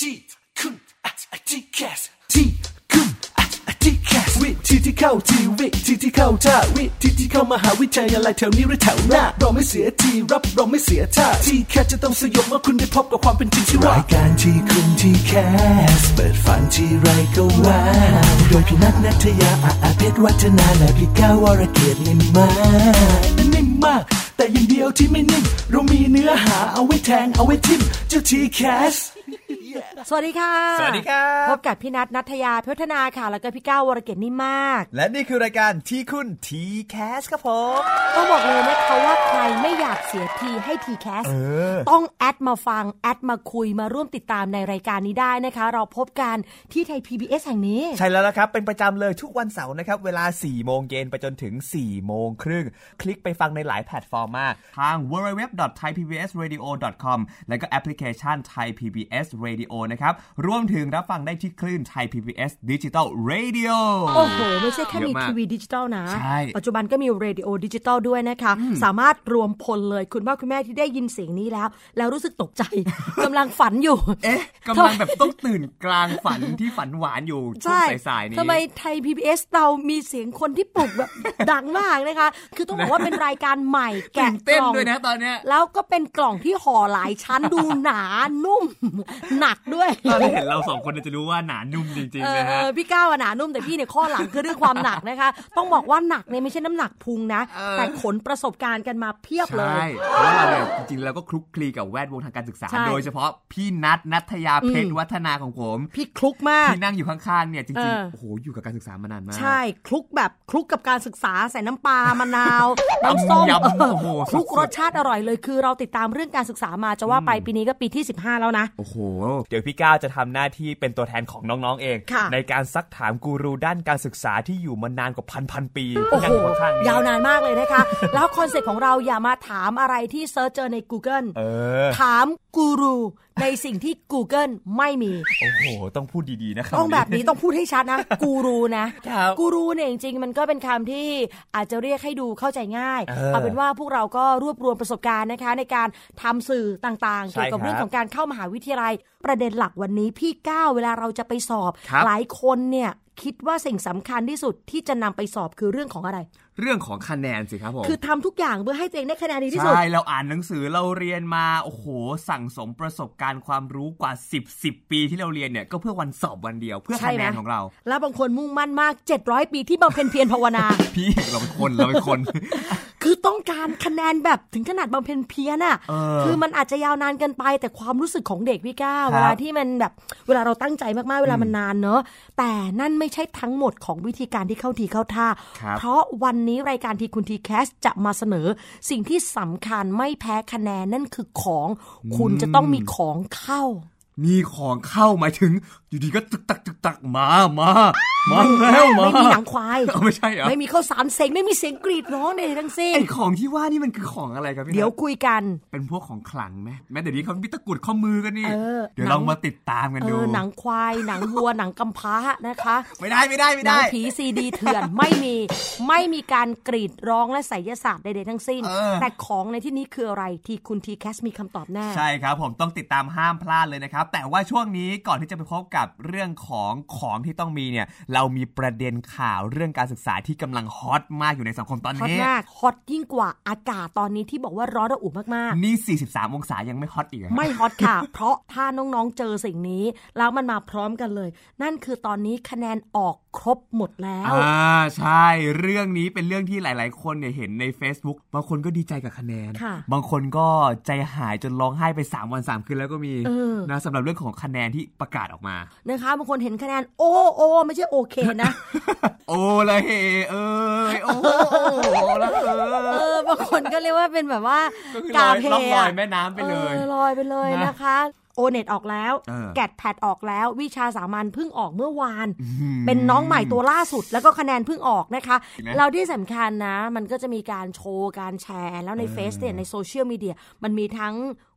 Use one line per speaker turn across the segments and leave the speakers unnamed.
ที่คุณที่แคสที่คุณที่แคสวิธีที่เข้าทีวิธีที่เข้าท่าวิธีที่เข้ามหาวิทยาลัยแถวนี้หรือแถวหน้าเราไม่เสียทีรับรองไม่เสียท่าที่แคสจะต้องสยบเมื่อคุณได้พบกับความเป็นจริงที่ว่ารายการที่คุณที่แคสเปิดฝันที่ไรก็ว้าวโดยพี่นัทณัฐยาเพชรวัฒนาและพี่ก้าววรเกียรตินิ่มมากแต่อย่างเดียวที่ไม่นิ่มเรามีเนื้อหาเอาไว้แทงเอาไว้ทิ่มเจ้าทีแคส
สวัสดีค่ะ
สวัสดีครับ
พบกับพี่นัทณัฐยาพัฒนาค่ะแล้วก็พี่ก้าววรเกียรตินิ่มมาก
และนี่คือรายการที่คุณทีแคสครับผม
ต้องบอกเลยนะคะว่าใครไม่อยากเสียทีให้ทีแคสต้องแอดมาฟังแอดมาคุยมาร่วมติดตามในรายการนี้ได้นะคะเราพบกันที่ไทย PBS แห่งนี้
ใช่แล้วนะครับเป็นประจำเลยทุกวันเสาร์นะครับเวลา 4 โมงเย็นไปจนถึง 4 โมงครึ่งคลิกไปฟังในหลายแพลตฟอร์มมากทาง www.thaipbsradio.com แล้วก็แอปพลิเคชัน Thai PBS Radio นะครับรวมถึงรับฟังได้ที่คลื่น Thai PBS Digital Radio
โอ้โหไม่ใช่แค่มีทีวีดิจิตอลนะปัจจุบันก็มีเรดิโอดิจิตอลด้วยนะคะสามารถรวมพลเลยคุณพ่อคุณแม่ที่ได้ยินเสียงนี้แล้วรู้สึกตกใจ กำลังฝันอยู่
กำลังแบบต้องตื่นกลางฝันที่ฝันหวานอยู่ช่วงสายๆนี้
ทำไมไทย PBS เรามีเสียงคนที่ปลุกแบบดังมากนะคะคือต้องบอกว่าเป็นรายการใหม่แกะกล่อง
ด้วยนะตอนนี้
แล้วก็เป็นกล่องที่ห่อหลายชั้นดูหนานุ่มหนักด้วย
ตอนที่เห็นเรา2คนจะรู้ว่าหนานุ่มจริงๆนะฮะ
พี่ก้าวหนานุ่มแต่พี่เนี่ยข้อหลังคือด้วยความหนักนะคะต้องบอกว่าหนักเนี่ยไม่ใช่น้ำหนักพุงนะแต่ขนประสบการณ์กันมาเพียบเลย
ใช่เพราะเราเนี่ยจริงๆแล้วก็คลุกคลีกับแวดวงทางการศึกษาโดยเฉพาะพี่นัทณัฐยาเพชรวัฒนาของผม
พี่คลุกมาก
ที่นั่งอยู่ข้างๆเนี่ยจริงๆโอ้โหอยู่กับการศึกษามานานมาก
ใช่คลุกแบบคลุกกับการศึกษาใส่น้ำปลามะนาวน้ำส้มคลุกรสชาติอร่อยเลยคือเราติดตามเรื่องการศึกษามาจะว่าไปปีนี้ก็ปีที่15แล้วนะ
โอ้โหเดี๋ยวพี่ก้าวจะทำหน้าที่เป็นตัวแทนของน้องๆเองในการซักถามกูรูด้านการศึกษาที่อยู่มานานกว่าพันปี
โอ้โหยาวนานมากเลยนะคะแล้วคอนเซ็ปต์ของเราอย่ามาถามอะไรที่เซิร์ชเจอใน Google ถามกูรูในสิ่งที่ Google ไม่มี
โอ้โหต้องพูดดีๆนะครับ
ต้องแบบนี้ต้องพูดให้ชัดนะกูรูนะกูรูเนี่ยจริงๆมันก็เป็นคำที่อาจจะเรียกให้ดูเข้าใจง่ายเอาเป็นว่าพวกเราก็รวบรวมประสบการณ์นะคะในการทำสื่อต่างๆเกี่ยวกับเรื่องของการเข้ามหาวิทยาลัยประเด็นหลักวันนี้พี่ก้าวเวลาเราจะไปสอบหลายคนเนี่ยคิดว่าสิ่งสำคัญที่สุดที่จะนำไปสอบคือเรื่องของอะไร
เรื่องของคะแนนสิครับผม
คือทำทุกอย่างเพื่อให้ตัวเองได้คะแนนดีที่สุด
ใช่เราอ่านหนังสือเราเรียนมาโอ้โหสั่งสมประสบการณ์ความรู้กว่า10ปีที่เราเรียนเนี่ยก็เพื่อวันสอบวันเดียวเพื่อคะแนนของเรา
แล้วบางคนมุ่งมั่นมาก700ปีที่บำเพ็ญเพียรภาวนา
พี่เราเป็นคน
คือต้องการคะแนนแบบถึงขนาดบำเพ็ญเพียรน่ะคือมันอาจจะยาวนานเกินไปแต่ความรู้สึกของเด็กพี่ก้าวเวลาที่มันแบบเวลาเราตั้งใจมากๆเวลามันนานเนอะแต่นั่นไม่ใช่ทั้งหมดของวิธีการที่เข้าทีเข้าท่าเพราะวันนี้รายการทีคุณทีแคสจะมาเสนอสิ่งที่สำคัญไม่แพ้คะแนนนั่นคือของคุณจะต้องมีของเข้า
มีของเข้าหมายถึงอยู่ดีก็ตึกตักมาแล้ว
ไม่มีหนังควาย
ไม่ใช่เหรอ
ไม่มีข้าวสารเซ็งไม่มีเสียงกรีดร้องใดทั้งสิ้น
ไอ้ของที่ว่านี่มันคือของอะไรครับพี่
เดี๋ยวคุยกัน
เป็นพวกของขลังไหมแม้เดี๋ยวนี้เขามีตะกุดข้อมือกันนี่เดี๋ยวลองมาติดตามกันดู
หนังควายหนังวัวหนังกำพร้านะคะ
ไม่ได้
หนังผีซีดีเถื่อนไม่มีการกรีดร้องและไสยศาสตร์ใดๆทั้งสิ้นแต่ของในที่นี้คืออะไรที่คุณทีแคสมีคำตอบแน่
ใช่ครับผมต้องติดตามห้ามพลาดเลยนะครับแต่ว่าช่วงนี้ก่อนที่จะไปพบกับเรื่องของที่ต้องมีเนี่ยเรามีประเด็นข่าวเรื่องการศึกษาที่กำลังฮอตมากอยู่ในสังคมตอนนี้
ฮอตยิ่งกว่าอากาศตอนนี้ที่บอกว่าร้อนระอุมาก
ๆนี่43องศายังไม่ฮอตอีก
ไม่ฮอตค่ะ เพราะถ้าน้องๆเจอสิ่งนี้แล้วมันมาพร้อมกันเลยนั่นคือตอนนี้คะแนนออกครบหมดแล้ว
ใช่เรื่องนี้เป็นเรื่องที่หลายๆคนเนี่ยเห็นใน Facebook บางคนก็ดีใจกับคะแนนบางคนก็ใจหายจนร้องไห้ไป3วัน3คืนแล้วก็มีนะสำหรับเรื่องของคะแนนที่ประกาศออกมา
นะคะบางคนเห็นคะแนนโอไม่ใช่โอเคนะ
โอ้ละเฮโอ้ละ
บางคนก็เรียกว่าเป็นแบบว่ากาเพล
อยแม่น้ำไปเลย
ลอยไปเลยนะคะโอเน็ตออกแล้วแกดแพดออกแล้ววิชาสามัญเพิ่งออกเมื่อวานเป็นน้องใหม่ตัวล่าสุดแล้วก็คะแนนเพิ่งออกนะคะเราที่สำคัญนะมันก็จะมีการโชว์การแชร์แล้วในเฟซเนี่ยในโซเชียลมีเดียมันมีทั้ง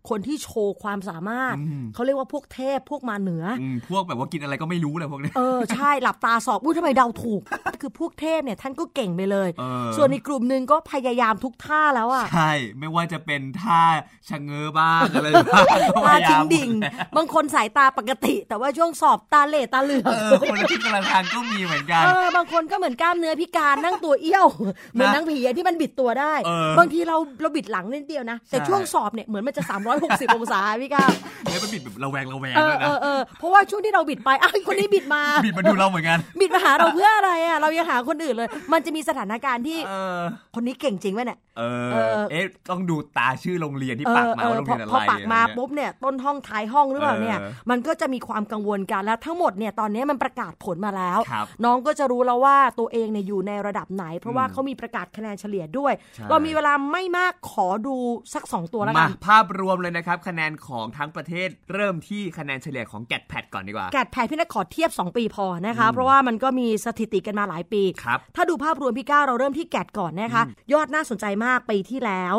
คนที่โชว์ความสามารถเขาเรียกว่าพวกเทพพวกมาเหนือ
พวกแบบว่ากินอะไรก็ไม่รู้เลยพวกนี้
ใช่หลับตาสอบทำไมเดาถูกคือพวกเทพเนี่ยท่านก็เก่งไปเลยส่วนในกลุ่มนึงก็พยายามทุกท่าแล้วอ่ะ
ใช่ไม่ว่าจะเป็นท่าชะเง้อบ้างอะไรบ้าง
ท่าทิ้งดิ่งบางคนสายตาปกติแต่ว่าช่วงสอบตาเหล่ตาเหลือก
คนที่กำลังทานก็มีเหมือนกัน
บางคนก็เหมือนกล้ามเนื้อพิการนั่งตัวเอี้ยวเหมือนนางผีที่มันบิดตัวได้บางทีเราบิดหลังนิดเดียวนะแต่ช่วงสอบเนี่ยเหมือนมันจะ360องศาพี่ก้าว
แล้วมันบิดแบบระแวงด้วยนะ
เพราะว่าช่วงที่เราบิดไปคนนี้บิดมา
ดูเราเหมือนกัน
บิดมาหาเราเพื่ออะไรอ่ะเรายังหาคนอื่นเลยมันจะมีสถานการณ์ที่คนนี้เก่งจริงไหมเนี่ย
ต้องดูตาชื่อโรงเรียนที่ปักมาว่าโรงเรียนอะไร
พอปักมาปุ๊บเนี่ยต้นห้องท้ายห้องหรือเปล่าเนี่ยมันก็จะมีความกังวลกันแล้วทั้งหมดเนี่ยตอนนี้มันประกาศผลมาแล้วน้องก็จะรู้แล้วว่าตัวเองเนี่ยอยู่ในระดับไหนเพราะว่าเขามีประกาศคะแนนเฉลี่ยด้วยเรามีเวลาไม่มากขอดูสัก2ตัวแล้วกัน
ภาพรวมเลยนะครับคะแนนของทั้งประเทศเริ่มที่คะแนนเฉลี่ยของแกดแพดก่อนดีกว่า
แกดแพดพี่นัทขอเทียบ2ปีพอนะคะเพราะว่ามันก็มีสถิติกันมาหลายปีถ้าดูภาพรวมพี่ก้าวเราเริ่มที่แกดก่อนนะคะยอดน่าสนใจมากปีที่แล้ว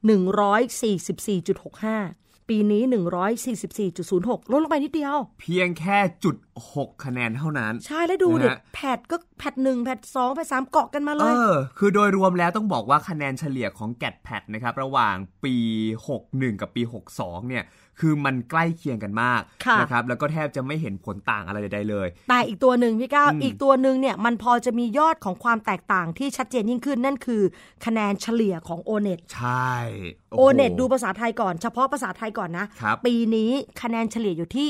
144.65ปีนี้144.06ลดลงไปนิดเดียว
เพียงแค่0.6คะแนนเท่านั้น
ใช่แล้วดูดิแพดก็แพด1แพด2แพด3เกาะกันมาเลย
คือโดยรวมแล้วต้องบอกว่าคะแนนเฉลี่ยของแกดแพดนะครับระหว่างปี61กับปี62เนี่ยคือมันใกล้เคียงกันมากนะครับแล้วก็แทบจะไม่เห็นผลต่างอะไรใดๆเลย
แต่อีกตัวนึงพี่ก้าวอีกตัวนึงเนี่ยมันพอจะมียอดของความแตกต่างที่ชัดเจนยิ่งขึ้นนั่นคือคะแนนเฉลี่ยของ O-Net
ใช่
O-Net ดูภาษาไทยก่อนเฉพาะภาษาไทยก่อนนะปีนี้คะแนนเฉลี่ยอยู่ที่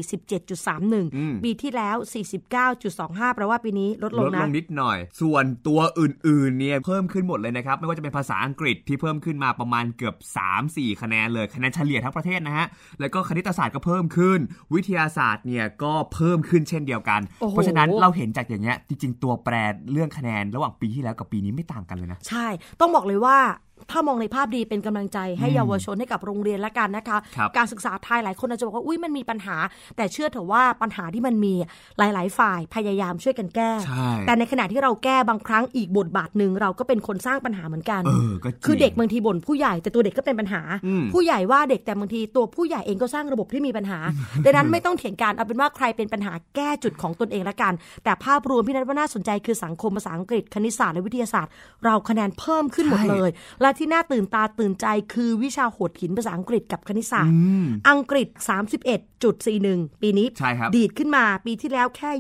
47.31 ปีที่แล้ว 49.25 แปลว่าปีนี้ลดลง
นิดหน่อยส่วนตัวอื่นๆเนี่ยเพิ่มขึ้นหมดเลยนะครับไม่ว่าจะเป็นภาษาอังกฤษที่เพิ่มขึ้นมาประมาณเกือบ 3-4 คะแนนเลยคะแนนเฉลี่ยทั้งประเทศนะฮะแล้วก็คณิตศาสตร์ก็เพิ่มขึ้นวิทยาศาสตร์เนี่ยก็เพิ่มขึ้นเช่นเดียวกันเพราะฉะนั้นเราเห็นจากอย่างเงี้ยจริงๆตัวแปรเรื่องคะแนนระหว่างปีที่แล้วกับปีนี้ไม่ต่างกันเลยนะ
ใช่ต้องบอกเลยว่าถ้ามองในภาพดีเป็นกำลังใจให้เยาวชนให้กับโรงเรียนละกันนะคะการศึกษาไทยหลายคนอาจจะบอกว่าอุ๊ยมันมีปัญหาแต่เชื่อเถอะว่าปัญหาที่มันมีหลายๆฝ่ายพยายามช่วยกันแก้แต่ในขณะที่เราแก้บางครั้งอีกบทบาทนึงเราก็เป็นคนสร้างปัญหาเหมือนกันคือเด็กบางทีบ่นผู้ใหญ่แต่ตัวเด็กก็เป็นปัญหาผู้ใหญ่ว่าเด็กแต่บางทีตัวผู้ใหญ่เองก็สร้างระบบที่มีปัญหาดังนั้นไม่ต้องเถียงกันเอาเป็นว่าใครเป็นปัญหาแก้จุดของตนเองละกันแต่ภาพรวมพี่นัทว่าน่าสนใจคือสังคมภาษาอังกฤษคณิตศาสตร์และวิทยาศาสตร์เราคะแนนเพิ่มขึ้นหมดเลยและที่น่าตื่นใจคือวิชาโหดหินภาษาอังกฤษกับคณิตศาสตร์อังกฤษ 31.41 ปีนี้ดีดขึ้นมาปีที่แล้วแค่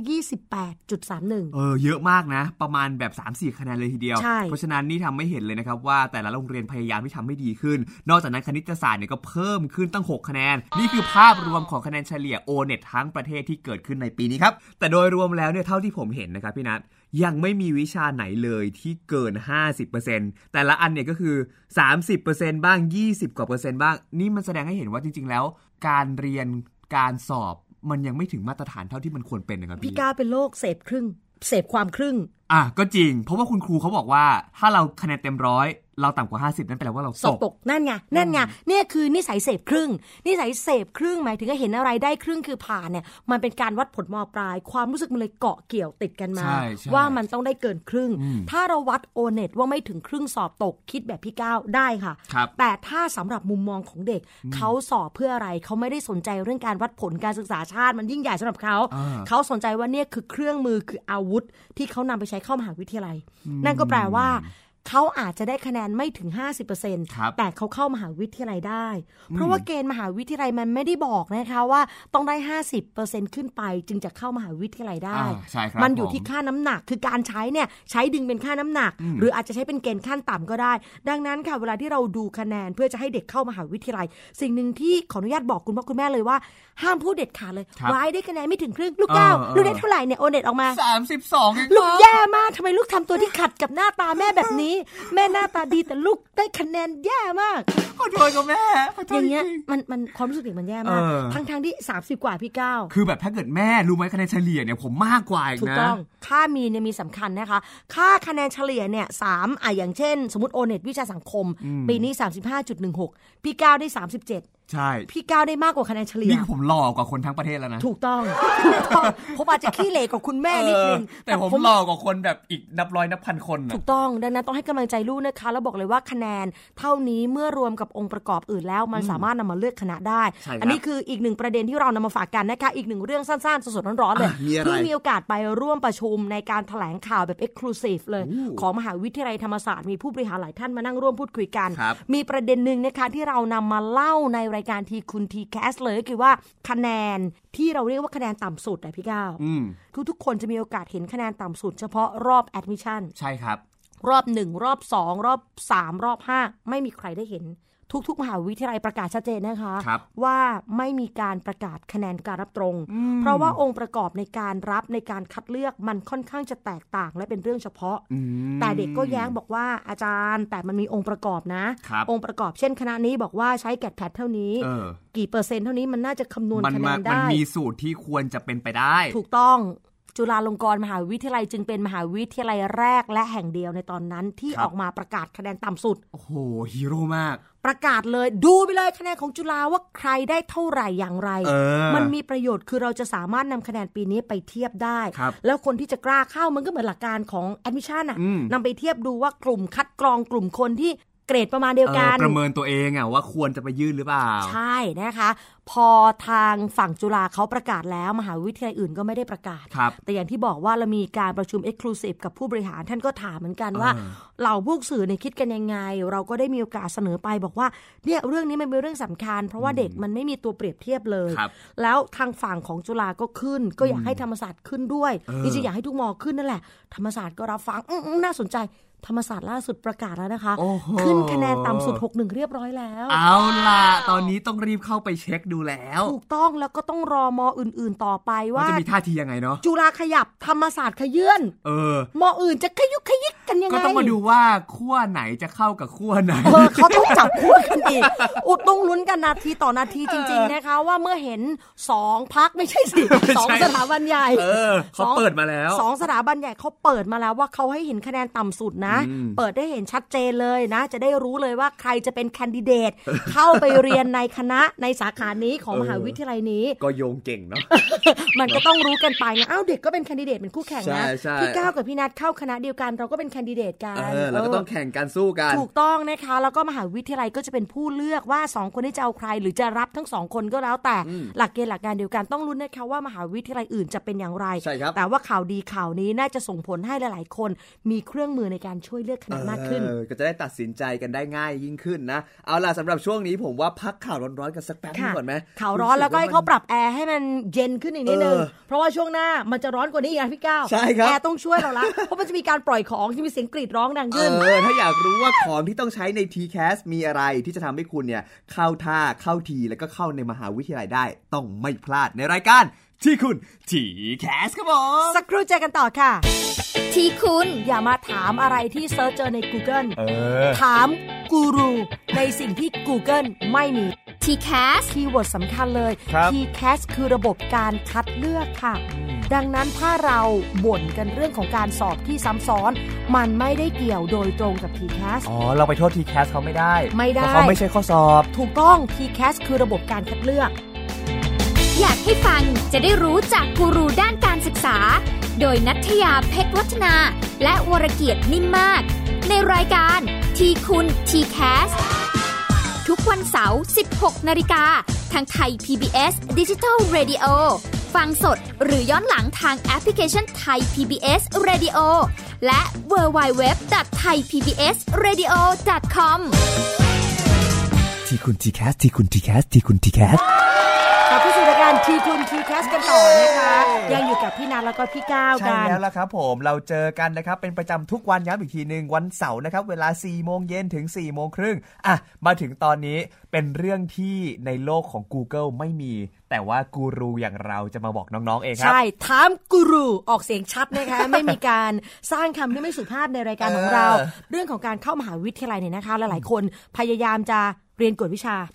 28.31
เยอะมากนะประมาณแบบ 3-4 คะแนนเลยทีเดียวเพราะฉะนั้นนี่ทำให้เห็นเลยนะครับว่าแต่ละโรงเรียนพยายามที่ทำให้ดีขึ้นนอกจากนั้นคณิตศาสตร์เนี่ยก็เพิ่มขึ้นตั้ง6คะแนนนี่คือภาพรวมของคะแนนเฉลี่ย O-Net ทั้งประเทศที่เกิดขึ้นในปีนี้ครับแต่โดยรวมแล้วเนี่ยเท่าที่ผมเห็นนะครับพี่นัทยังไม่มีวิชาไหนเลยที่เกิน 50% แต่ละอันเนี่ยก็คือ 30% บ้าง 20% กว่าบ้างนี่มันแสดงให้เห็นว่าจริงๆแล้วการเรียนการสอบมันยังไม่ถึงมาตรฐานเท่าที่มันควรเป็นนะครับ
พี่ก้าวเป็นโรคเสพครึ่งเสพความครึ่ง
ก็จริงเพราะว่าคุณครูเขาบอกว่าถ้าเราคะแนนเต็ม100เราต่ำกว่า50นั่นแปลว่าเรา
สอบตกนั่นไงเนี่ยคือนิสัยเสพครึ่งนิสัยเสพครึ่งหมายถึงว่าเห็นอะไรได้ครึ่งคือผ่านเนี่ยมันเป็นการวัดผลม.ปลายความรู้สึกมันเลยเกาะเกี่ยวติดกันมาว่ามันต้องได้เกินครึ่งถ้าเราวัด O-Net ว่าไม่ถึงครึ่งสอบตกคิดแบบพี่ก้าวได้ค่ะแต่ถ้าสำหรับมุมมองของเด็กเขาสอบเพื่ออะไรเขาไม่ได้สนใจเรื่องการวัดผลการศึกษาชาติมันยิ่งใหญ่สำหรับเขาสนใจว่าเนี่ยคือเครื่องมือคืออาวุธที่เขานำไปใช้เข้ามหาวิทยาลัยนั่นก็แปลว่าเขาอาจจะได้คะแนนไม่ถึง 50% แต่เขาเข้ามหาวิทยาลัยได้เพราะว่าเกณฑ์มหาวิทยาลัยมันไม่ได้บอกนะคะว่าต้องได้ 50% ขึ้นไปจึงจะเข้ามหาวิทยาลัยได้มันอยู่ที่ค่าน้ำหนักคือการใช้เนี่ยใช้ดึงเป็นค่าน้ำหนักหรืออาจจะใช้เป็นเกณฑ์ขั้นต่ำก็ได้ดังนั้นค่ะเวลาที่เราดูคะแนนเพื่อจะให้เด็กเข้ามหาวิทยาลัยสิ่งหนึ่งที่ขออนุญาตบอกคุณพ่อคุณแม่เลยว่าห้ามพูดเด็ดขาดเลยไว้ได้คะแนนไม่ถึงครึ่งลูกก้าวลูกได้เท่าไหร่เนี่ย O-Net ออกมา32ลูกแย่มากทำไมลูกทำตัวที่ขัดกับหน้าตาแม่แบบนี้แม่หน้าตาดีแต่ลูกได้คะแนนแย่มาก
ขอโทษกับแม่
อย่างเงี้ยมันความรู้สึกเด็กมันแย่มากทั้งที่30กว่าพี่ก้าว
คือแบบถ้าเกิดแม่รู้ไหมคะแนนเฉลี่ยเนี่ยผมมากกว่าอีกนะถูกต้อง
ค่ามีเนี่ยมีสำคัญนะคะค่าคะแนนเฉลี่ยเนี่ย3อย่างเช่นสมมติ O-Net วิชาสังคมปีนี้ 35.16 พี่ก้าวได้37
ใช่
พี่ก้าวได้มากกว่าคะแนนเฉลี่ย
นี่ผมหล่อกว่าคนทั้งประเทศแล้วนะ
ถูกต้องผมอาจจะขี้เหร่กว่าคุณแม่นิดนึง
แต่ผมหล่อกว่าคนแบบอีกนับร้อยนับพันคน
ถูกต้องดังนั้นต้องให้กำลังใจลูกนะคะแล้วบอกเลยว่าคะแนนเท่านี้เมื่อรวมกับองค์ประกอบอื่นแล้วมันสามารถนำมาเลือกคณะได้อันนี้คืออีกหนึ่งประเด็นที่เรานำมาฝากกันนะคะอีกหนึ่งเรื่องสั้นๆสดๆร้อนๆเลยเพิ่งมีโอกาสไปร่วมประชุมในการแถลงข่าวแบบ Exclusive เลยของมหาวิทยาลัยธรรมศาสตร์มีผู้บริหารหลายท่านมานั่งร่วมพูดคุยกันมีประเด็นนึงนะคะที่เรานำมาเล่าในรายการทีคุณทีแคสเลยก็คือว่าคะแนนที่เราเรียกว่าคะแนนต่ำสุดพี่ก้าวทุกคนจะมีโอกาสเห็นคะแนนต่ำสุดเฉพาะรอบ admission
ใช่ครับ
รอบ1รอบ2รอบ3รอบ5ไม่มีใครได้เห็นทุกมหาวิทยาลัยประกาศชัดเจนนะคะว่าไม่มีการประกาศคะแนนการรับตรงเพราะว่าองค์ประกอบในการรับในการคัดเลือกมันค่อนข้างจะแตกต่างและเป็นเรื่องเฉพาะแต่เด็กก็แย้งบอกว่าอาจารย์แต่มันมีองค์ประกอบนะองค์ประกอบเช่นคณะนี้บอกว่าใช้แกดแพดเท่านี้กี่เปอร์เซ็นต์เท่านี้มันน่าจะคำนวณคะแนนได้
มันมีสูตรที่ควรจะเป็นไปได้
ถูกต้องจุฬาลงกรณ์มหาวิทยาลัยจึงเป็นมหาวิทยาลัยแรกและแห่งเดียวในตอนนั้นที่ออกมาประกาศคะแนนต่ำสุด
โอ้โหฮีโร่มาก
ประกาศเลยดูไปเลยคะแนนของจุฬาว่าใครได้เท่าไหร่อย่างไรมันมีประโยชน์คือเราจะสามารถนำคะแนนปีนี้ไปเทียบได้แล้วคนที่จะกล้าเข้ามันก็เหมือนหลักการของ admission นำไปเทียบดูว่ากลุ่มคัดกรองกลุ่มคนที่เกรดประมาณเดียวกัน
ประเมินตัวเองว่าควรจะไปยื่นหรือเปล่า
ใช่นะคะพอทางฝั่งจุฬาเขาประกาศแล้วมหาวิทยาลัยอื่นก็ไม่ได้ประกาศแต่อย่างที่บอกว่าเรามีการประชุม Exclusive กับผู้บริหารท่านก็ถามเหมือนกันว่าเราพวกสื่อคิดกันยังไงเราก็ได้มีโอกาสเสนอไปบอกว่าเนี่ยเรื่องนี้มันเป็นเรื่องสำคัญเพราะว่าเด็กมันไม่มีตัวเปรียบเทียบเลยแล้วทางฝั่งของจุฬาก็ขึ้นก็อยากให้ธรรมศาสตร์ขึ้นด้วยจริงๆอยากให้ทุกมอขึ้นนั่นแหละธรรมศาสตร์ก็รับฟังน่าสนใจธรรมศาสตร์ล่าสุดประกาศแล้วนะคะขึ้นคะแนนต่ำสุด 6-1 เรียบร้อยแล้ว
เอาล่ะตอนนี้ต้องรีบเข้าไปเช็คดูแล้ว
ถูกต้องแล้วก็ต้องรอมออื่นๆต่อไปว่า
จะมีท่าทียังไงเนาะ
จุฬาขยับธรรมศาสตร์ขยื่นมออื่นจะขยุกขยิกกันยังไง
ก็ต้องมาดูว่าขั้วไหนจะเข้ากับขั้วไหน
เขาต้องจับขั้วกันอีกต้องลุ้นกันนาทีต่อนาทีจริงๆนะคะว่าเมื่อเห็น2พรรคไม่ใช่สิ2สถาบันใหญ่
เขาเปิดมาแล้ว
2สถาบันใหญ่เขาเปิดมาแล้วว่าเขาให้เห็นคะแนนต่ำสุดนะเปิดได้เห็นชัดเจนเลยนะจะได้รู้เลยว่าใครจะเป็นแคนดิเดตเข้าไปเรียนในคณะในสาขานี้ของมหาวิทยาลัยนี้
ก็โยงเก่งเนาะ
มันก็ต้องรู้กันไปไงเด็กก็เป็นแคนดิเดตเป็นคู่แข่งนะพี่ก้าวกับพี่นัทเข้าคณะเดียวกันเราก็เป็นแคนดิเดตกัน
แล้วก็ต้องแข่งกันสู้กัน
ถูกต้องนะคะแล้วก็มหาวิทยาลัยก็จะเป็นผู้เลือกว่า2คนนี้จะเอาใครหรือจะรับทั้ง2คนก็แล้วแต่หลักเกณฑ์หลักการเดียวกันต้องลุ้นนะคะว่ามหาวิทยาลัยอื่นจะเป็นอย่างไรแต่ว่าข่าวดีข่าวนี้น่าจะส่งผลให้หลายๆคนมีเครื่องมือในการช่วยเลือกคณะมากขึ้น
ก็จะได้ตัดสินใจกันได้ง่ายยิ่งขึ้นนะเอาล่ะสำหรับช่วงนี้ผมว่าพักข่าวร้อนๆกันสักแป๊บนึงก่อนไหม
ข่าวร้อนแล้วก็ให้เขาปรับแอร์ให้มันเย็นขึ้นอีกนิดนึงเพราะว่าช่วงหน้ามันจะร้อนกว่านี้อีกพี่ก้าวแอร์ต้องช่วยเราละเพราะมันจะมีการปล่อยของที่มีเสียงกรีดร้องดังขึ้น
ถ้าอยากรู้ว่าของที่ต้องใช้ใน TCAS มีอะไรที่จะทำให้คุณเนี่ยเข้าท่าเข้าทีแล้วก็เข้าในมหาวิทยาลัยได้ต้องไม่พลาดในรายการที่คุณ TCAS ครับผม
สักครู่เจอกันต่อค่ะที่คุณอย่ามาถามอะไรที่เซิร์ชเจอใน Google ถามกูรูในสิ่งที่ Google ไม่มี TCAS คีย์เวิร์ดสำคัญเลย TCAS คือระบบการคัดเลือกค่ะดังนั้นถ้าเราบ่นกันเรื่องของการสอบที่ซ้ำซ้อนมันไม่ได้เกี่ยวโดยตรงกับ TCAS
เราไปโทษ TCAS เขาไม่ได้เพราะเขาไม่ใช่ข้อสอบ
ถูกต้อง TCAS คือระบบการคัดเลือก
อยากให้ฟังจะได้รู้จากกูรูด้านการศึกษาโดยณัฐยาเพชรวัฒนาและวรเกียรตินิ่มมากในรายการทีคุณ TCAS ทุกวันเสาร์ 16 นาฬิกาทางไทย PBS Digital Radio ฟังสดหรือย้อนหลังทางแอปพลิเคชันไทย PBS Radio และ www.thaipbsradio.com
ทีคุณ TCAS ทีคุณ TCAS ทีคุณ TCAS
กลับเข้าสู่รายการทีคุณ TCAS กันต่อนะคะยังอยู่กับพี่นัทแล้วก็พี่ก้าวกัน
ใช่แล้วล่ะครับผมเราเจอกันนะครับเป็นประจำทุกวันย้ำอีกทีนึงวันเสาร์นะครับเวลา 4:00 นถึง 4:30 นมาถึงตอนนี้เป็นเรื่องที่ในโลกของ Google ไม่มีแต่ว่ากูรูอย่างเราจะมาบอกน้องๆเองครับ
ใช่ถามกูรูออกเสียงชัดนะคะไม่มีการสร้างคำที่ไม่สุภาพในรายการของเราเรื่องของการเข้ามหาวิทยาลัยเนี่ยนะคะหลายๆคนพยายามจะเรียนกวดวิชา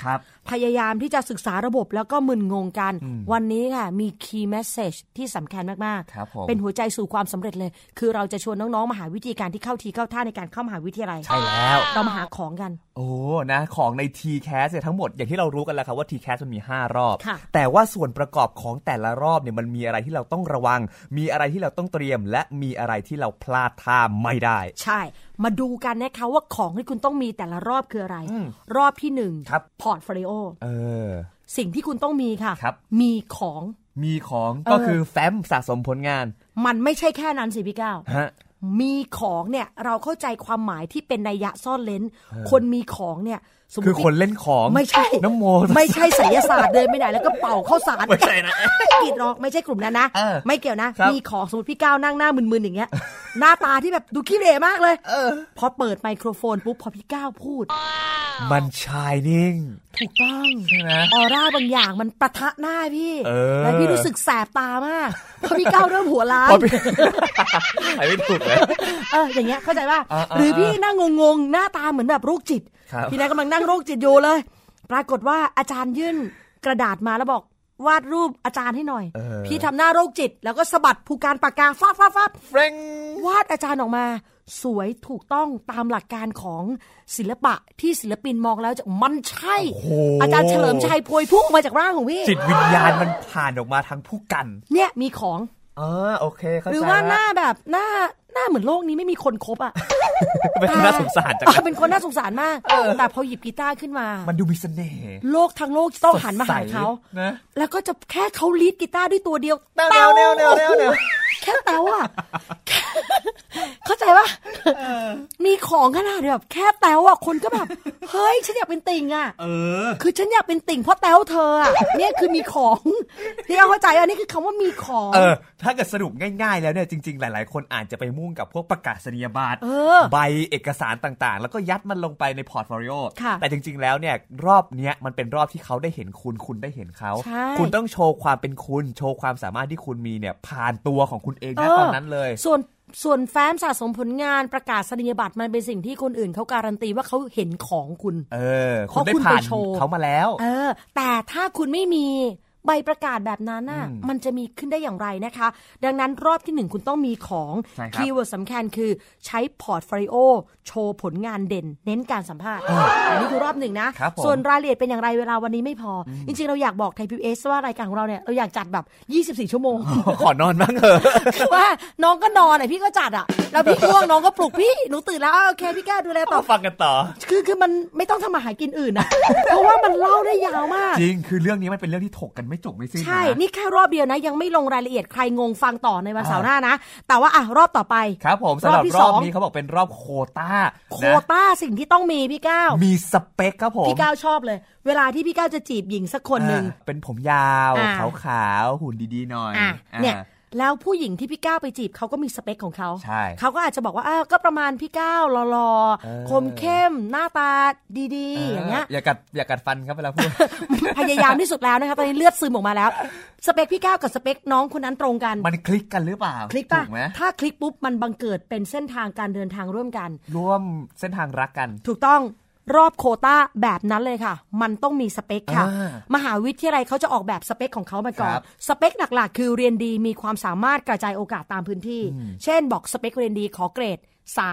พยายามที่จะศึกษาระบบแล้วก็มึนงงกันวันนี้ค่ะมี key message ที่สำคัญมากๆเป็นหัวใจสู่ความสำเร็จเลยคือเราจะชวนน้องๆมาหาวิธีการที่เข้าทีเข้าท่าในการเข้ามหาวิทยาลัย
ใช่แล้ว
เรามาหาของกัน
โอ้นะของใน TCAS เนี่ยทั้งหมดอย่างที่เรารู้กันแล้วครับว่า TCAS มันมี5รอบแต่ว่าส่วนประกอบของแต่ละรอบเนี่ยมันมีอะไรที่เราต้องระวังมีอะไรที่เราต้องเตรียมและมีอะไรที่เราพลาดท่าไม่ได้
ใช่มาดูกันนะคะว่าของที่คุณต้องมีแต่ละรอบคืออะไรรอบที่1พอร์ตโฟลิโอสิ่งที่คุณต้องมีค่ะมีของ
ก็คือแฟ้มสะสมผลงาน
มันไม่ใช่แค่นั้นสิพี่ก้าวมีของเนี่ยเราเข้าใจความหมายที่เป็นนัยยะซ่อนเร้นคนมีของเนี่ย
คือคนเล่นของ
ไม่ใช่
น้ำโม
ไม่ใช่ไสยศาสตร์เดินไม่ได้แล้วก็เป่าเข้าสาร
ไม่ใช่นะ
กิดหรอกไม่ใช่กลุ่มนั้นนะไม่เกี่ยวนะมีของสมมติพี่ก้าวนั่งหน้ามึนๆอย่างเงี้ยหน้าตาที่แบบดูขี้เหร่มากเลยพอเปิดไมโครโฟนปุ๊บพอพี่ก้าวพูด
มันชายนิ่ง
ถูกต้องใช่ไหมออร่าบางอย่างมันปะทะหน้าพี่แล้วพี่รู้สึกแสบตามากพอพี่ก้าวเริ่มหัวล้าน
ไม่ถูกเลย
อย่างเงี้ยเข้าใจป่ะหรือพี่นั่งงงๆหน้าตาเหมือนแบบโรคจิตพี่นายกำลังนั่งโรคจิตอยู่เลยปรากฏว่าอาจารย์ยื่นกระดาษมาแล้วบอกวาดรูปอาจารย์ให้หน่อยพี่ทำหน้าโรคจิตแล้วก็สะบัดภูการปากกาฟาดวาดอาจารย์ออกมาสวยถูกต้องตามหลักการของศิลปะที่ศิลปินมองแล้วจะมันใช่อาจารย์เฉลิมชัยโพยพุ่งมาจากร่างของพี่
จิตวิญญาณมันผ่านออกมาทางผู้กัน
เนี่ยมีของ
โอเคเข้าใจ
หรือว่าหน้าแบบหน้าเหมือนโลกนี้ไม่มีคนคบอ่ะ
เป็นคนน่าสงสารจัง
เป็นคนน่าสงสารมากแต่พอหยิบกีตาร์ขึ้นมา
มันดูมีเสน่ห์
โลกทั้งโลกต้องหันมาหาเขาแล้วก็จะแค่เขาลีดกีตาร์ด้วยตัวเดียว
แนว
แค่เตาอ่ะเข้าใจป่ะมีของขนาดแบบแค่เตาอ่ะคนก็แบบเฮ้ยฉันอยากเป็นติ่งอ่ะคือฉันอยากเป็นติ่งเพราะเตาเธออ่ะเนี่ยคือมีของที่เข้าใจอันนี้คือคำว่ามีของ
ถ้าเกิดสรุปง่ายๆแล้วเนี่ยจริงๆหลายๆคนอาจจะไปมุ่งกับพวกประกาศนียบัตรใบเอกสารต่างๆแล้วก็ยัดมันลงไปในพอร์ตโฟลิโอแต่จริงๆแล้วเนี่ยรอบเนี้ยมันเป็นรอบที่เขาได้เห็นคุณได้เห็นเขาคุณต้องโชว์ความเป็นคุณโชว์ความสามารถที่คุณมีเนี่ยผ่านตัวของคุณเองนะตอนนั้นเลย
ส่วนแฟ้มสะสมผลงานประกาศนียบัตรมันเป็นสิ่งที่คนอื่นเขาการันตีว่าเขาเห็นของคุณ
คุณได้ผ่านเขามาแล้ว
แต่ถ้าคุณไม่มีใบประกาศแบบนั้นน่ะมันจะมีขึ้นได้อย่างไรนะคะดังนั้นรอบที่1คุณต้องมีของคีย์เวิร์ดสำคัญคือใช้พอร์ตโฟลิโอโชว์ผลงานเด่นเน้นการสัมภาษณ์อันนี้คือรอบ1นะส่วนรายละเอียดเป็นอย่างไรเวลาวันนี้ไม่พอจริงๆเราอยากบอกไทย PBS ว่ารายการของเราเนี่ยเราอยากจัดแบบ24ชั่วโมง
ขอนอนบ้างเถอะ
คือว่าน้องก็นอนพี่ก็จัดอ่ะแล้วพี่ง่วงน้องก็ปลุกพี่หนูตื่นแล้วโอเคพี่แก้ดูแลต่อ
ฟังกันต่อ
คือมันไม่ต้องทำอาหารกินอื่นนะเพราะว่ามันเล่าได้ยาวมาก
จริงคือเรื่องนี้มันเป็นเรื่องที่ถกกันไม่จบไม่สิ้น
ใช่นี่แค่รอบเดียวนะยังไม่ลงรายละเอียดใครงงฟังต่อในวันเสาร์หน้านะแต่ว่ารอบต่อไป
ครับผมสำหรับรอบนี้เขาบอกเป็นรอบโควต้า
สิ่งที่ต้องมีพี่ก้าว
มีสเปคครับผม
พี่ก้าวชอบเลยเวลาที่พี่ก้าวจะจีบหญิงสักคนนึง
เป็นผมยาวขาวๆหุ่นดีๆหน่อย
เนี่ยแล้วผู้หญิงที่พี่ก้าวไปจีบเขาก็มีสเปคของเขาเขาก็อาจจะบอกว่าก็ประมาณพี่ก้าวหล่อๆคมเข้มหน้าตาดีๆอย่างเงี้ย
อย่ากัดฟันครับเวลาพูด
พยายามที่สุดแล้วนะคะตอนนี้เลือดซึมออกมาแล้วสเปคพี่ก้าวกับสเปคน้องคนนั้นตรงกัน
มันคลิกกันหรือเปล่า
คลิกป่ะถ้าคลิกปุ๊บมันบังเกิดเป็นเส้นทางการเดินทางร่วมกัน
ร่วมเส้นทางรักกัน
ถูกต้องรอบโควต้าแบบนั้นเลยค่ะมันต้องมีสเปคค่ะมหาวิทยาลัยเขาจะออกแบบสเปคของเขามาก่อนสเปคหลักๆคือเรียนดีมีความสามารถกระจายโอกาสตามพื้นที่เช่นบอกสเปคเรียนดีขอเกรด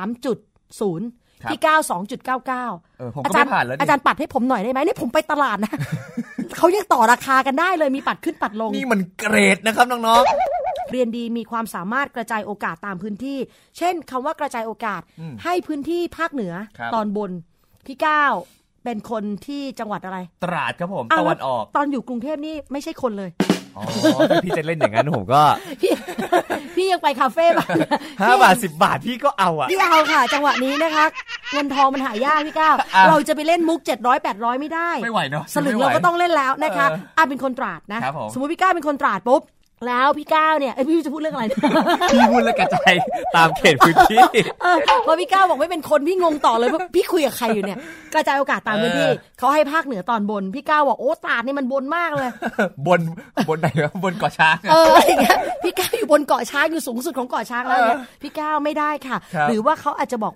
3.0 พี่ก้าว 2.99 อาจารย์ปัดให้ผมหน่อยได้ไหมนี่ผมไปตลาดนะ เขายังต่อราคากันได้เลยมีปัดขึ้นปัดลง
นี่มันเกรดนะครับน้อง
ๆเรียนดีมีความสามารถกระจายโอกาสตามพื้นที่เช่นคำว่ากระจายโอกาสให้พื้นที่ภาคเหนือตอนบนพี่ก้าวเป็นคนที่จังหวัดอะไร
ตราดครับผมตะวันออก
ตอนอยู่กรุงเทพนี่ไม่ใช่คนเลย
พี่จะเล่นอย่างนั้นผมก็
พี่ยังไปคาเฟ่บ้าง
5 บาท 10 บาทพี่ก็เอาอ่ะ
พี่เอาค่ะจังหวะนี้นะคะเงินทองมันหายากพี่ก้าวเราจะไปเล่นมุก700 800ไม่ได้
ไม่ไหวเนาะ
สลึงเราก็ต้องเล่นแล้วนะคะเป็นคนตราดนะสมมุติพี่ก้าวเป็นคนตราดปุ๊บแล้วพี่ก้าวเนี่ยพี่จะพูดเรื่องอะไร
พี่พูดแล้วกระจายตามเขตพื้นที่
พอพี่ก้าวบอกไม่เป็นคนพี่งงต่อเลยเพราะพี่คุยกับใครอยู่เนี่ยกระจายโอกาสตามพื้นที่เขาให้ภาคเหนือตอนบนพี่ก้าวบอกโอ้ตราดนี่มันบนมากเลย
บนไหนวะบนเกาะช้าง
อย่างเงี้ยพี่ก้าวอยู่บนเกาะช้างอยู่สูงสุดของเกาะช้างแล้วเนี่ยพี่ก้าวไม่ได้ค่ะหรือว่าเขาอาจจะบอกว่า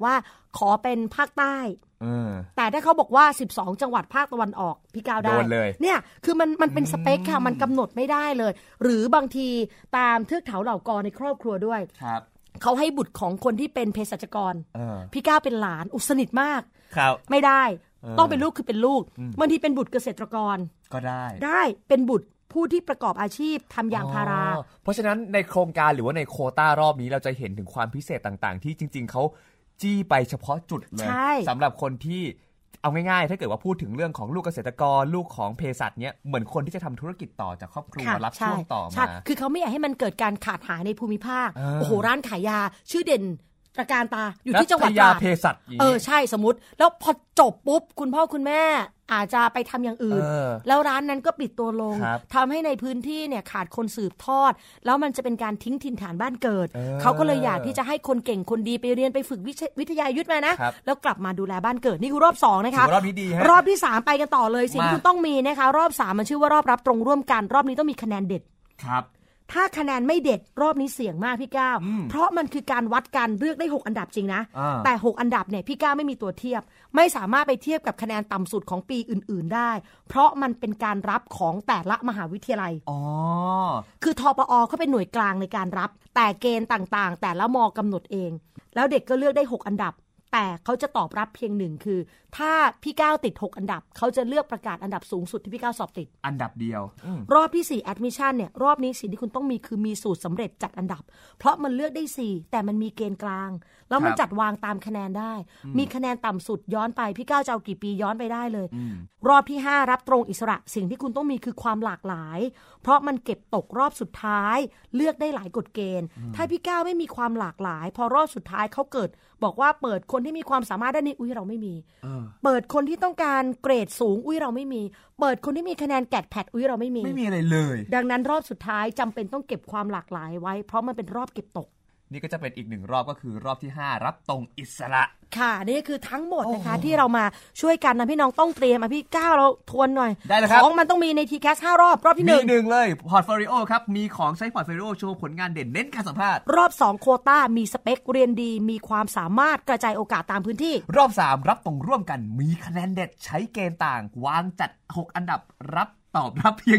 ขอเป็นภาคใต้แต่ถ้าเขาบอกว่า12จังหวัดภาคตะวันออกพี่ก้าวได้เนี่ยคือมันเป็นสเปคค่ะมันกำหนดไม่ได้เลยหรือบางทีตามเทือกเขาเหล่ากอในครอบครัวด้วยเขาให้บุตรของคนที่เป็นเภสัชกรพี่ก้าวเป็นหลานอุสนิทมากไม่ได้ต้องเป็นลูกคือเป็นลูกบางทีเป็นบุตรเกษตรกร
ก็
ได้เป็นบุตรผู้ที่ประกอบอาชีพทำยางพารา
เพราะฉะนั้นในโครงการหรือว่าในโควต้ารอบนี้เราจะเห็นถึงความพิเศษต่างๆที่จริงๆเขาจี้ไปเฉพาะจุดเลยสำหรับคนที่เอาง่ายๆถ้าเกิดว่าพูดถึงเรื่องของลูกเกษตรกรลูกของเภสัชเนี้ยเหมือนคนที่จะทำธุรกิจต่อจากครอบครัวรับช่วงต่อมา
คือเขาไม่อยากให้มันเกิดการขาดหายในภูมิภาคโอ้โหร้านขายยาชื่อเด่นตระการตาอยู่ที่จังหวัดตราด
เภสัช
ใช่สมมติแล้วพอจบปุ๊บคุณพ่อคุณแม่อาจจะไปทำอย่างอื่นแล้วร้านนั้นก็ปิดตัวลงทำให้ในพื้นที่เนี่ยขาดคนสืบทอดแล้วมันจะเป็นการทิ้งถิ่นฐานบ้านเกิดเขาก็เลยอยากที่จะให้คนเก่งคนดีไปเรียนไปฝึกวิทยายุทธมานะแล้วกลับมาดูแลบ้านเกิดนี่คือรอบ2นะคะ
รอบนี้ดีฮะ
รอบที่3ไปกันต่อเลยสิ่งที่คุณต้องมีนะคะรอบ3มันชื่อว่ารอบรับตรงร่วมกันรอบนี้ต้องมีคะแนนเด็ด
ครับ
ถ้าคะแนนไม่เด็ดรอบนี้เสี่ยงมากพี่ก้าวเพราะมันคือการวัดการเลือกได้6อันดับจริงนะแต่6อันดับเนี่ยพี่ก้าวไม่มีตัวเทียบไม่สามารถไปเทียบกับคะแนนต่ำสุดของปีอื่นๆได้เพราะมันเป็นการรับของแต่ละมหาวิทยาลัยคือทปอเขาเป็นหน่วยกลางในการรับแต่เกณฑ์ต่างๆแต่ละมกำหนดเองแล้วเด็กก็เลือกได้6อันดับแต่เขาจะตอบรับเพียง1คือถ้าพี่ก้าวติด6อันดับเขาจะเลือกประกาศอันดับสูงสุดที่พี่ก้าวสอบติด
อันดับเดียว
รอบที่4 admission เนี่ยรอบนี้สิ่งที่คุณต้องมีคือมีสูตรสำเร็จจัดอันดับเพราะมันเลือกได้4แต่มันมีเกณฑ์กลางแล้วมันจัดวางตามคะแนนได้มีคะแนนต่ำสุดย้อนไปพี่ก้าวจะเอากี่ปีย้อนไปได้เลยรอบที่5รับตรงอิสระสิ่งที่คุณต้องมีคือความหลากหลายเพราะมันเก็บตกรอบสุดท้ายเลือกได้หลายกฎเกณฑ์ถ้าพี่ก้าวไม่มีความหลากหลายพอรอบสุดท้ายเขาเกิดบอกว่าเปิดคนที่มีความสามารถด้านนี้เราไม่มีเปิดคนที่ต้องการเกรดสูงเราไม่มีเปิดคนที่มีคะแนนแกดแพดเราไม่มี
อะไรเลย
ดังนั้นรอบสุดท้ายจำเป็นต้องเก็บความหลากหลายไว้เพราะมันเป็นรอบเก็บตก
นี่ก็จะเป็นอีก1รอบก็คือรอบที่5รับตรงอิสระ
ค่ะนี่คือทั้งหมดนะคะที่เรามาช่วยกันนะพี่น้องต้องเตรียมพี่ก้าวเราทวนหน่อย
ได้เลยครับ
ของมันต้องมีใน TCAS 5 รอบที่1
มี1เลยพอร์ตโฟลิโอครับมีของใช้พอร์ตโฟลิโอโชว์ผลงานเด่นเน้นการสัมภาษณ์
รอบ2โควต้ามีสเปคเรียนดีมีความสามารถกระจายโอกาสตามพื้นที่
รอบ3รับตรงร่วมกันมีคะแนนเด็ดใช้เกณฑ์ต่างวางจัด6อันดับรับตอบรับเพียง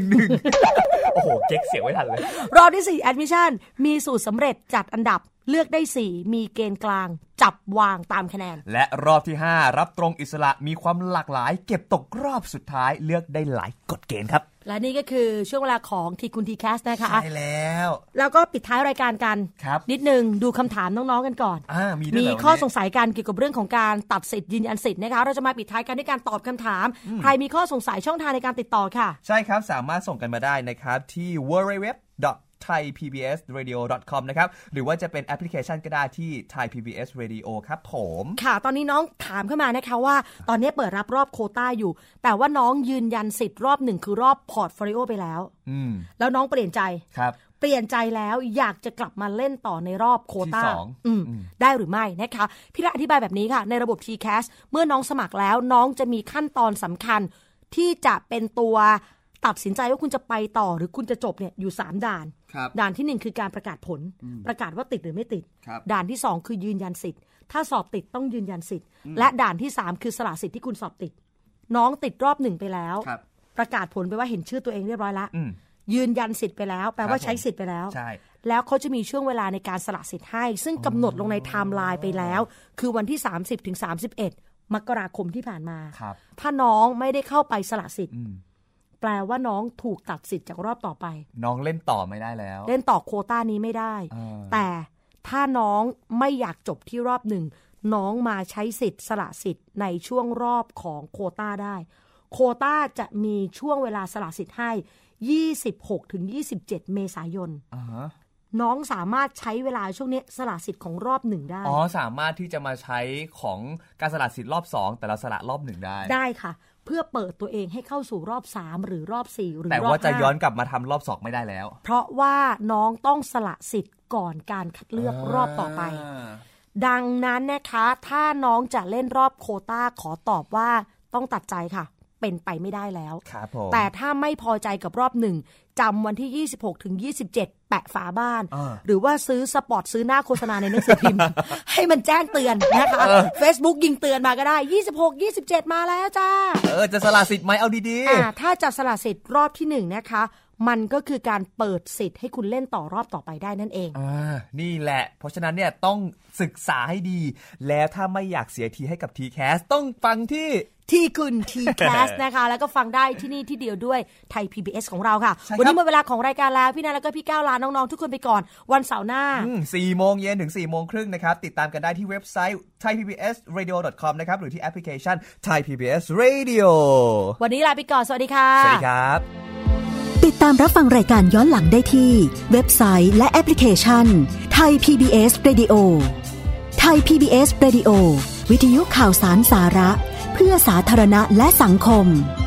1 โอ้โหเก๊กเสียงไว้ทันเลย
รอบที่4 admission มีสูตรสำเร็จจัดอันดับเลือกได้4มีเกณฑ์กลางจับวางตามคะแนน
และรอบที่5รับตรงอิสระมีความหลากหลายเก็บตกรอบสุดท้ายเลือกได้หลายกฎเกณฑ์ครับ
และนี่ก็คือช่วงเวลาของทีคุณทีแคสนะคะ
ใช่แล้ว
ก็ปิดท้ายรายการกันนิดนึงดูคำถามน้องๆกันก่อนมีข้อสงสัยกันเกี่ยวกับเรื่องของการตัดสิทธิ์ยืนยันสิทธิ์นะคะเราจะมาปิดท้ายกันด้วยการตอบคำถามใครมีข้อสงสัยช่องทางในการติดต่อค่ะ
ใช่ครับสามารถส่งกันมาได้นะครับที่ www.thaipbsradio.com นะครับหรือว่าจะเป็นแอปพลิเคชันก็ได้ที่ Thai PBS Radio ครับผม
ค่ะตอนนี้น้องถามเข้ามานะคะว่าตอนนี้เปิดรับรอบโควต้าอยู่แต่ว่าน้องยืนยันสิทธิ์รอบ1คือรอบพอร์ตโฟลิโอไปแล้วแล้วน้องเปลี่ยนใจ
ครับ
เปลี่ยนใจแล้วอยากจะกลับมาเล่นต่อในรอบโควต้าได้หรือไม่นะคะพี่ละอธิบายแบบนี้ค่ะในระบบ TCAS เมื่อน้องสมัครแล้วน้องจะมีขั้นตอนสำคัญที่จะเป็นตัวตัดสินใจว่าคุณจะไปต่อหรือคุณจะจบเนี่ยอยู่3ด่านด่านที่1คือการประกาศผลประกาศว่าติดหรือไม่ติดด่านที่2คือยืนยันสิทธิ์ถ้าสอบติดต้องยืนยันสิทธิ์และด่านที่3คือสละสิทธิ์ที่คุณสอบติดน้องติดรอบ1ไปแล้วประกาศผลไปว่าเห็นชื่อตัวเองเรียบร้อยแล้วยืนยันสิทธิ์ไปแล้วแปลว่าใช้สิทธิ์ไปแล้วแล้วเขาจะมีช่วงเวลาในการสละสิทธิ์ให้ซึ่งกำหนดลงในไทม์ไลน์ไปแล้วคือวันที่30 ถึง 31 มกราคมที่ผ่านมาถ้าน้องไม่ได้เข้าไปสละสิทธิ์แปลว่าน้องถูกตัดสิทธิ์จากรอบต่อไป
น้องเล่นต่อไม่ได้แล้ว
เล่นต่อโควต้านี้ไม่ได้แต่ถ้าน้องไม่อยากจบที่รอบ1น้องมาใช้สิทธิ์สละสิทธิ์ในช่วงรอบของโควต้าได้โควต้าจะมีช่วงเวลาสละสิทธิ์ให้26 ถึง 27 เมษายนน้องสามารถใช้เวลาช่วงนี้สละสิทธิ์ของรอบ1ได้
สามารถที่จะมาใช้ของการสละสิทธิ์รอบ2แต่เราสละรอบ1ได้
ค่ะเพื่อเปิดตัวเองให้เข้าสู่รอบ3หรือรอบ4หรือรอบ5
แต่ว่าจะย้อนกลับมาทำรอบ2ไม่ได้แล้ว
เพราะว่าน้องต้องสละสิทธิ์ก่อนการคัดเลือกรอบต่อไปดังนั้นนะคะถ้าน้องจะเล่นรอบโควต้าขอตอบว่าต้องตัดใจค่ะเป็นไปไม่ได้แล้ว
แต่
ถ้าไม่พอใจกับรอบ1จำวันที่26ถึง27แปะฝาบ้านหรือว่าซื้อสปอตซื้อหน้าโฆษณาในหนังสือพิมพ์ ให้มันแจ้งเตือนนะคะ Facebook ยิงเตือนมาก็ได้26 27มาแล้วจ้า
จะสละสิทธิ์ไหมเอาดี
ๆถ้าจะสละสิทธิ์รอบที่1นะคะมันก็คือการเปิดสิทธิ์ให้คุณเล่นต่อรอบต่อไปได้นั่นเอง
นี่แหละเพราะฉะนั้นเนี่ยต้องศึกษาให้ดีแล้วถ้าไม่อยากเสียทีให้กับ TCAS ต้องฟังที่
คุณ TCAS นะคะแล้วก็ฟังได้ที่นี่ที่เดียวด้วยไทย PBS ของเราค่ะวันนี้หมดเวลาของรายการแล้วพี่นันแล้วก็พี่ก้าวลาน้องๆทุกคนไปก่อนวันเสาร์หน้า
4 โมงเย็นถึง 4 โมงครึ่งนะครับติดตามกันได้ที่เว็บไซต์ thaipbsradio.com นะครับหรือที่แอปพลิเคชัน Thai PBS Radio
วันนี้ลาไปก่อนสวัสดีค่ะ
สวัสดีครับ
ติดตามรับฟังรายการย้อนหลังได้ที่เว็บไซต์และแอปพลิเคชัน Thai PBS Radio Thai PBS Radio วิทยุข่าวสารสาระเพื่อสาธารณะและสังคม